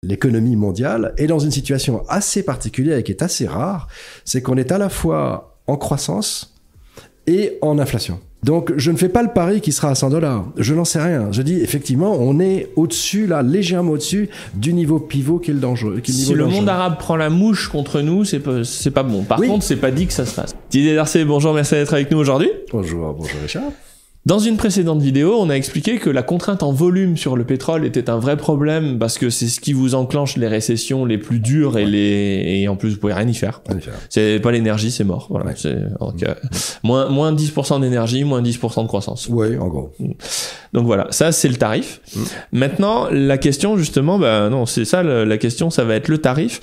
l'économie mondiale est dans une situation assez particulière et qui est assez rare, c'est qu'on est à la fois en croissance et en inflation. Donc, je ne fais pas le pari qui sera à $100. Je n'en sais rien. Je dis, effectivement, on est au-dessus, là, légèrement au-dessus du niveau pivot qui est le dangereux. Si le monde arabe prend la mouche contre nous, c'est pas bon. Par contre, c'est pas dit que ça se fasse. Didier Darcet, bonjour, merci d'être avec nous aujourd'hui. Bonjour Richard. Dans une précédente vidéo, on a expliqué que la contrainte en volume sur le pétrole était un vrai problème parce que c'est ce qui vous enclenche les récessions les plus dures et en plus vous pouvez rien y faire. C'est pas l'énergie, c'est mort. Voilà. Donc, moins 10% d'énergie, moins 10% de croissance. Oui, en gros. Donc voilà, ça c'est le tarif. Maintenant, la question justement, non, c'est ça la question, ça va être le tarif.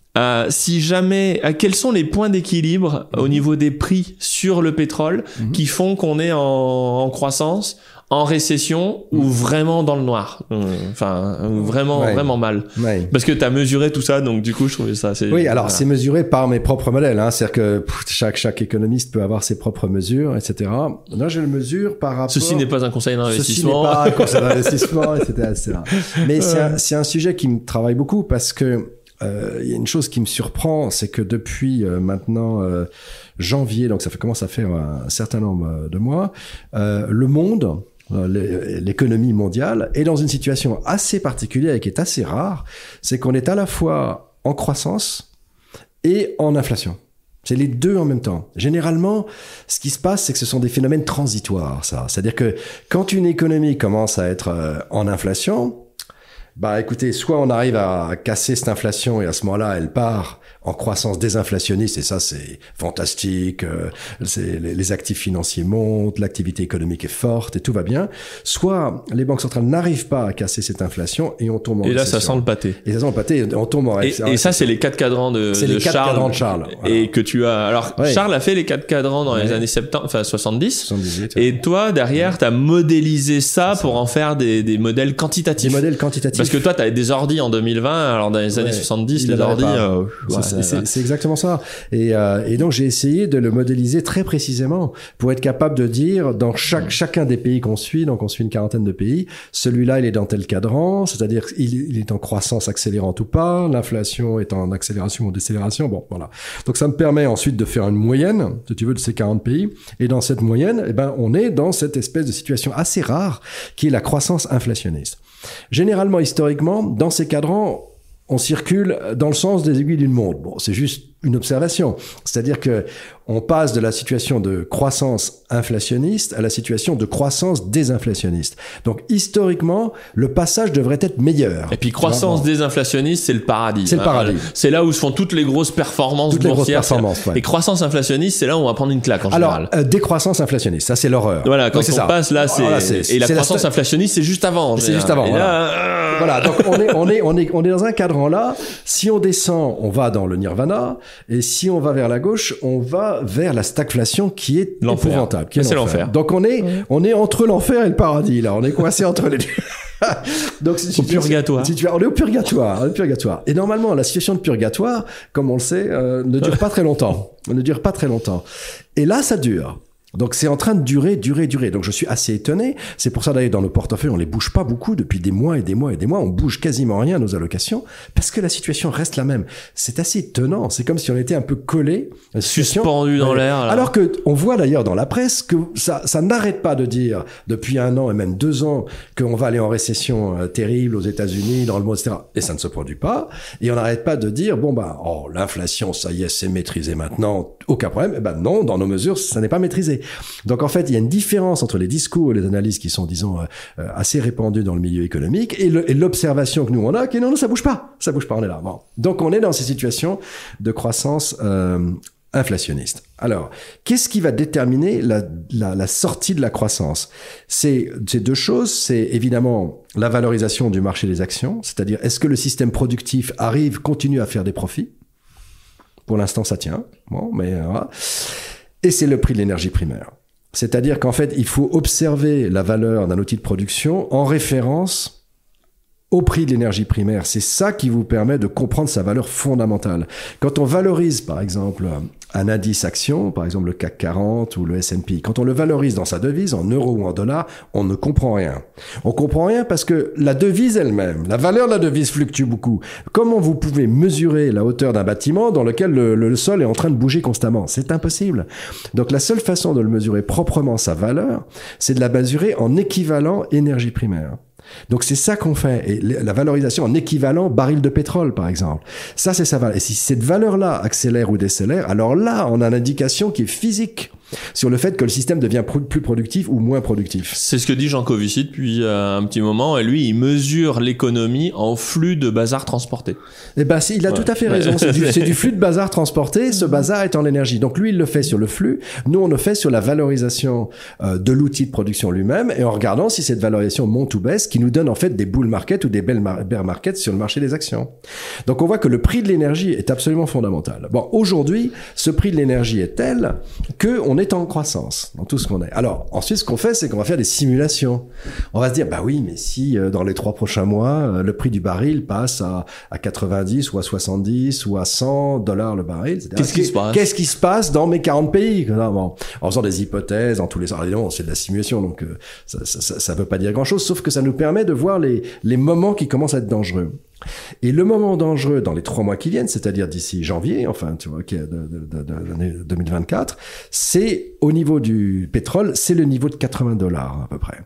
Si jamais, quels sont les points d'équilibre au niveau des prix sur le pétrole qui font qu'on est en croissance, en récession ou vraiment dans le noir, vraiment mal. Ouais. Parce que t'as mesuré tout ça, donc du coup je trouvais ça. C'est mesuré par mes propres modèles. C'est-à-dire que chaque économiste peut avoir ses propres mesures, etc. Là, je le mesure par rapport. Ceci n'est pas un conseil d'investissement. Ceci n'est pas un conseil d'investissement, etc. Mais c'est un sujet qui me travaille beaucoup parce que il y a une chose qui me surprend, c'est que depuis maintenant janvier, donc ça commence à faire un certain nombre de mois, le monde, l'économie mondiale est dans une situation assez particulière et qui est assez rare, c'est qu'on est à la fois en croissance et en inflation. C'est les deux en même temps. Généralement, ce qui se passe, c'est que ce sont des phénomènes transitoires, ça. C'est-à-dire que quand une économie commence à être en inflation, écoutez, soit on arrive à casser cette inflation et à ce moment-là, elle part en croissance désinflationniste et ça, c'est fantastique. Les actifs financiers montent, l'activité économique est forte et tout va bien. Soit les banques centrales n'arrivent pas à casser cette inflation et on tombe en récession. Et là, ça sent le pâté. Et on tombe en récession. Et ça, c'est les 4 cadrans de Charles. C'est les 4 cadrans de Charles. Voilà. Et que tu as... Alors, Charles a fait les 4 cadrans dans les années 70. 78. Et toi, derrière, t'as modélisé ça pour en faire des modèles quantitatifs. Des modèles quantitatifs. Parce que toi, t'avais des ordis en 2020, alors dans les années 70, les ordis... c'est exactement ça. Et donc, j'ai essayé de le modéliser très précisément pour être capable de dire, dans chacun des pays qu'on suit, donc on suit une quarantaine de pays, celui-là, il est dans tel cadran, c'est-à-dire il est en croissance accélérante ou pas, l'inflation est en accélération ou décélération, bon, voilà. Donc, ça me permet ensuite de faire une moyenne, si tu veux, de ces 40 pays. Et dans cette moyenne, on est dans cette espèce de situation assez rare qui est la croissance inflationniste. Généralement, historiquement, dans ces cadrans, on circule dans le sens des aiguilles d'une montre. Bon, c'est juste une observation. C'est-à-dire que on passe de la situation de croissance inflationniste à la situation de croissance désinflationniste. Donc, historiquement, le passage devrait être meilleur. Et puis, croissance désinflationniste, c'est le paradis. C'est le paradis. C'est là où se font toutes les grosses performances boursières. Et croissance inflationniste, c'est là où on va prendre une claque en général. Alors, décroissance inflationniste, ça, c'est l'horreur. Voilà, quand on passe là, c'est... Et la croissance inflationniste, c'est juste avant. C'est juste avant. Voilà, donc on est dans un cadran là. Si on descend, on va dans le nirvana. Et si on va vers la gauche, on va vers la stagflation qui est épouvantable. C'est l'enfer. Donc on est entre l'enfer et le paradis là. On est coincé entre les deux. Donc au purgatoire. On est au purgatoire. Et normalement, la situation de purgatoire, comme on le sait, ne dure pas très longtemps. Et là, ça dure. Donc c'est en train de durer. Donc je suis assez étonné. C'est pour ça d'ailleurs dans nos portefeuilles on les bouge pas beaucoup depuis des mois. On bouge quasiment rien à nos allocations parce que la situation reste la même. C'est assez étonnant. C'est comme si on était un peu collé, suspendu dans l'air. Là. Alors que on voit d'ailleurs dans la presse que ça n'arrête pas de dire depuis 1 an et même 2 ans qu'on va aller en récession terrible aux États-Unis, dans le monde, etc. Et ça ne se produit pas. Et on n'arrête pas de dire l'inflation, ça y est, c'est maîtrisé maintenant, aucun problème. Non, dans nos mesures, ça n'est pas maîtrisé. Donc en fait, il y a une différence entre les discours et les analyses qui sont, disons, assez répandues dans le milieu économique et l'observation que nous on a, qui non, ça bouge pas, on est là. Bon. Donc on est dans ces situations de croissance inflationniste. Alors, qu'est-ce qui va déterminer la sortie de la croissance ? C'est 2 choses. C'est évidemment la valorisation du marché des actions, c'est-à-dire est-ce que le système productif continue à faire des profits ? Pour l'instant, ça tient. Bon, mais voilà. Et c'est le prix de l'énergie primaire. C'est-à-dire qu'en fait, il faut observer la valeur d'un outil de production en référence au prix de l'énergie primaire. C'est ça qui vous permet de comprendre sa valeur fondamentale. Quand on valorise, par exemple, un indice action, par exemple le CAC 40 ou le S&P, quand on le valorise dans sa devise, en euros ou en dollars, on ne comprend rien. On comprend rien parce que la devise elle-même, la valeur de la devise fluctue beaucoup. Comment vous pouvez mesurer la hauteur d'un bâtiment dans lequel le sol est en train de bouger constamment? C'est impossible. Donc la seule façon de le mesurer proprement sa valeur, c'est de la mesurer en équivalent énergie primaire. Donc c'est ça qu'on fait, et la valorisation en équivalent baril de pétrole par exemple, ça c'est sa valeur. Et si cette valeur-là accélère ou décélère, alors là on a l'indication qui est physique sur le fait que le système devient plus productif ou moins productif. C'est ce que dit Jean Covici depuis un petit moment, et lui il mesure l'économie en flux de bazar transporté. Eh ben il a tout à fait raison, c'est du flux de bazar transporté, ce bazar est en énergie. Donc lui il le fait sur le flux, nous on le fait sur la valorisation de l'outil de production lui-même, et en regardant si cette valorisation monte ou baisse, qui nous donne en fait des bull market ou des bear market sur le marché des actions. Donc on voit que le prix de l'énergie est absolument fondamental. Bon, aujourd'hui, ce prix de l'énergie est tel que on est en croissance dans tout ce qu'on est. Alors, ensuite, ce qu'on fait, c'est qu'on va faire des simulations. On va se dire, bah oui, mais si dans les 3 prochains mois, le prix du baril passe à 90 ou à 70 ou à 100 dollars le baril, etc. Qu'est-ce qui se passe dans mes 40 pays? Bon, en faisant des hypothèses dans tous les... Alors, c'est de la simulation, donc ça veut pas dire grand-chose, sauf que ça nous permet de voir les moments qui commencent à être dangereux. Et le moment dangereux dans les 3 mois qui viennent, c'est-à-dire d'ici janvier, enfin, tu vois, de l'année 2024, c'est au niveau du pétrole, c'est le niveau de 80 dollars à peu près.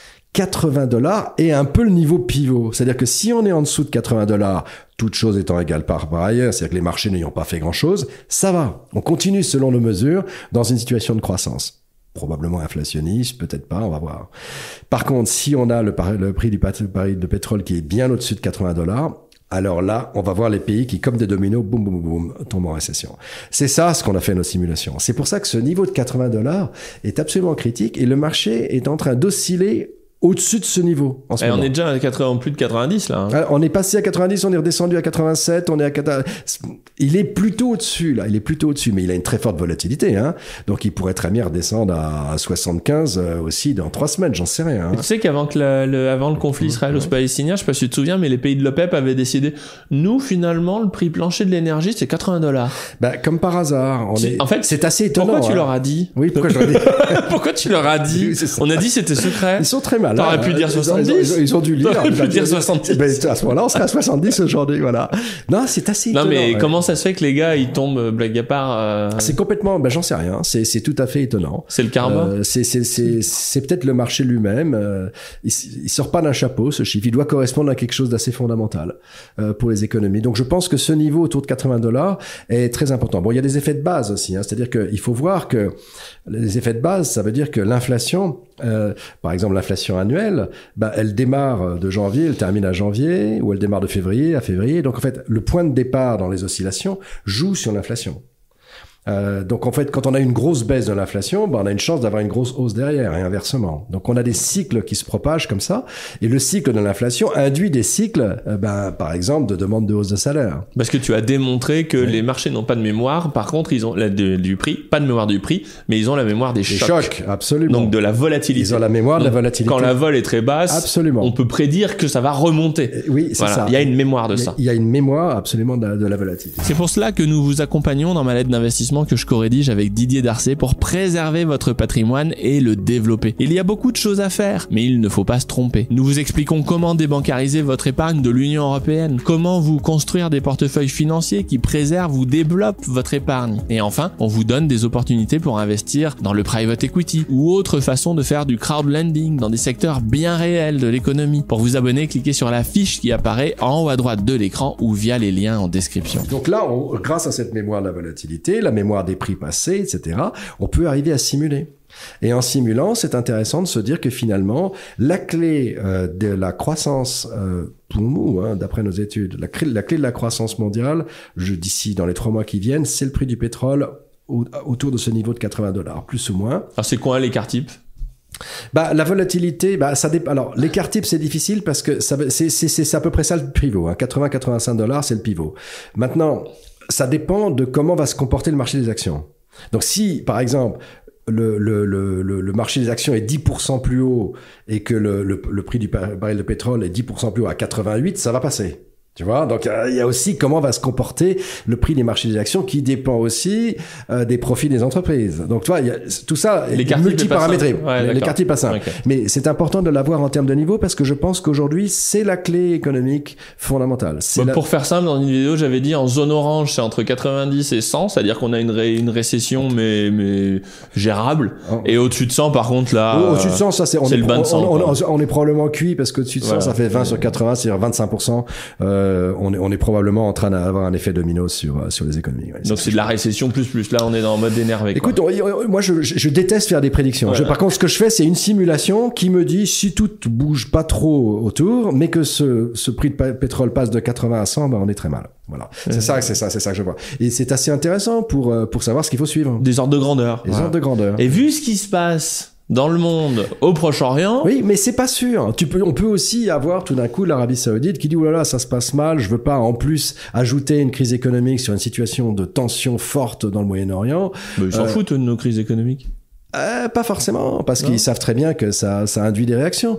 80 dollars est un peu le niveau pivot. C'est-à-dire que si on est en dessous de 80 dollars, toute chose étant égale par ailleurs, c'est-à-dire que les marchés n'ayant pas fait grand-chose, ça va. On continue selon nos mesures dans une situation de croissance. Probablement inflationniste, peut-être pas, on va voir. Par contre, si on a le prix du baril de pétrole qui est bien au-dessus de 80 dollars, alors là, on va voir les pays qui, comme des dominos, boum, boum, boum, tombent en récession. C'est ça ce qu'on a fait nos simulations. C'est pour ça que ce niveau de 80 dollars est absolument critique et le marché est en train d'osciller au-dessus de ce niveau en ce moment. On est déjà à plus de 90 là. Alors, on est passé à 90, on est redescendu à 87, on est à 80. Il est plutôt au-dessus là, il est plutôt au-dessus, mais il a une très forte volatilité, hein. Donc il pourrait très bien redescendre à 75 aussi dans 3 semaines, j'en sais rien. Hein. Tu sais qu'avant que avant le conflit israélo-palestinien, je sais pas si tu te souviens, mais les pays de l'OPEP avaient décidé, nous finalement le prix plancher de l'énergie c'est 80 dollars. Bah comme par hasard, en fait c'est assez étonnant. Pourquoi tu leur as dit? Oui, pourquoi je leur ai dit? Pourquoi tu leur as dit? Oui, on a dit c'était secret. Ils sont très mal. T'aurais pu dire 70. Ils ont dû lire. T'aurais pu dire 70. Ben, à ce moment-là, on serait à 70 aujourd'hui, voilà. Non, c'est assez étonnant. Non, mais comment ça se fait que les gars, ils tombent, blague à part, C'est complètement, j'en sais rien. C'est tout à fait étonnant. C'est le karma. C'est peut-être le marché lui-même. Il sort pas d'un chapeau, ce chiffre. Il doit correspondre à quelque chose d'assez fondamental, pour les économies. Donc, je pense que ce niveau autour de 80 dollars est très important. Bon, il y a des effets de base aussi, hein. C'est-à-dire qu'il faut voir que les effets de base, ça veut dire que l'inflation, par exemple, l'inflation annuelle, elle démarre de janvier, elle termine à janvier, ou elle démarre de février à février. Donc en fait, le point de départ dans les oscillations joue sur l'inflation. Donc en fait, quand on a une grosse baisse de l'inflation, on a une chance d'avoir une grosse hausse derrière, et inversement. Donc on a des cycles qui se propagent comme ça, et le cycle de l'inflation induit des cycles, par exemple, de demande de hausse de salaire. Parce que tu as démontré que les marchés n'ont pas de mémoire, par contre ils ont du prix, pas de mémoire du prix, mais ils ont la mémoire des chocs. Absolument. Donc de la volatilité. Ils ont la mémoire de la volatilité. Quand la vol est très basse, absolument, on peut prédire que ça va remonter. Oui, c'est ça. Il y a une mémoire de ça. Il y a une mémoire absolument de la volatilité. C'est pour cela que nous vous accompagnons dans ma lettre d'investissement que je co-rédige avec Didier Darcet pour préserver votre patrimoine et le développer. Il y a beaucoup de choses à faire, mais il ne faut pas se tromper. Nous vous expliquons comment débancariser votre épargne de l'Union européenne, comment vous construire des portefeuilles financiers qui préservent ou développent votre épargne. Et enfin, on vous donne des opportunités pour investir dans le private equity ou autre façon de faire du crowdlending dans des secteurs bien réels de l'économie. Pour vous abonner, cliquez sur la fiche qui apparaît en haut à droite de l'écran ou via les liens en description. Donc là, grâce à cette mémoire de la volatilité, la mémoire des prix passés, etc., on peut arriver à simuler. Et en simulant, c'est intéressant de se dire que finalement, la clé de la croissance, pour nous, d'après nos études, la clé de la croissance mondiale, d'ici dans les 3 mois qui viennent, c'est le prix du pétrole autour de ce niveau de 80 dollars, plus ou moins. Alors c'est quoi l'écart type? La volatilité, ça dépend. Alors, l'écart type, c'est difficile parce que c'est à peu près ça le pivot, 80-85 dollars, c'est le pivot. Maintenant, ça dépend de comment va se comporter le marché des actions. Donc si, par exemple, le marché des actions est 10% plus haut et que le prix du baril de pétrole est 10% plus haut à 88, ça va passer. Tu vois, donc il y a aussi comment va se comporter le prix des marchés des actions qui dépend aussi des profits des entreprises. Donc tu vois, il y a tout ça est multiparamétré. Les quartiers pas simples. Okay. Mais c'est important de l'avoir en termes de niveau parce que je pense qu'aujourd'hui c'est la clé économique fondamentale. Pour faire simple, dans une vidéo j'avais dit en zone orange c'est entre 90 et 100, c'est-à-dire qu'on a une récession mais gérable. Et au-dessus de 100 par contre là. Au-dessus de 100 ça c'est le bas de 100. On est probablement cuit parce qu'au-dessus de 100 ça fait 20 sur 80, c'est-à-dire 25%. On est probablement en train d'avoir un effet domino sur les économies. Ouais, donc c'est de la récession plus. Là, on est dans le mode énervé. Écoute, moi, je déteste faire des prédictions. Ouais. Par contre, ce que je fais, c'est une simulation qui me dit si tout bouge pas trop autour, mais que ce prix de pétrole passe de 80 à 100, ben, on est très mal. Voilà. C'est ça que je vois. Et c'est assez intéressant pour savoir ce qu'il faut suivre. Des ordres de grandeur. Ordres de grandeur. Et vu ce qui se passe dans le monde, au Proche-Orient. Oui, mais c'est pas sûr. On peut aussi avoir tout d'un coup l'Arabie Saoudite qui dit oh là là, ça se passe mal, je veux pas en plus ajouter une crise économique sur une situation de tension forte dans le Moyen-Orient. Mais ils s'en foutent de nos crises économiques. Pas forcément, parce qu'ils savent très bien que ça induit des réactions.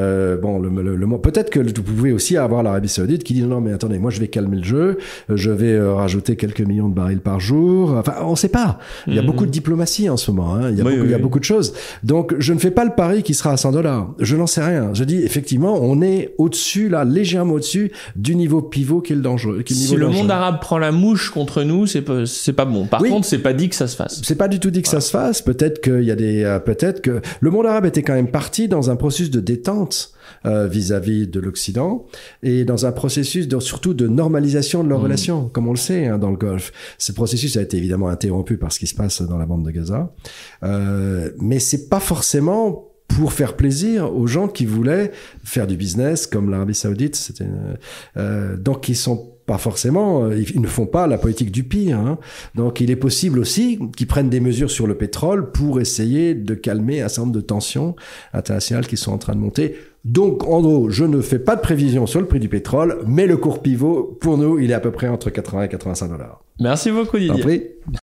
Peut-être que vous pouvez aussi avoir l'Arabie Saoudite qui dit non mais attendez, moi je vais calmer le jeu, je vais rajouter quelques millions de barils par jour. Enfin, on sait pas. Il y a beaucoup de diplomatie en ce moment. Hein. Il y a beaucoup de choses. Donc je ne fais pas le pari qui sera à $100. Je n'en sais rien. Je dis effectivement, on est au-dessus là, légèrement au-dessus du niveau pivot qui est le dangereux. Si le monde arabe prend la mouche contre nous, c'est pas bon. Par contre, c'est pas dit que ça se fasse. C'est pas du tout dit que ça se fasse. Peut-être que peut-être que le monde arabe était quand même parti dans un processus de détente vis-à-vis de l'Occident et dans un processus surtout de normalisation de leurs relations, comme on le sait dans le Golfe. Ce processus a été évidemment interrompu par ce qui se passe dans la bande de Gaza, mais c'est pas forcément pour faire plaisir aux gens qui voulaient faire du business comme l'Arabie Saoudite. Donc ils sont pas forcément, ils ne font pas la politique du pire. Hein. Donc il est possible aussi qu'ils prennent des mesures sur le pétrole pour essayer de calmer un certain nombre de tensions internationales qui sont en train de monter. Donc en gros, je ne fais pas de prévision sur le prix du pétrole, mais le cours pivot, pour nous, il est à peu près entre 80 et $85. Merci beaucoup Didier.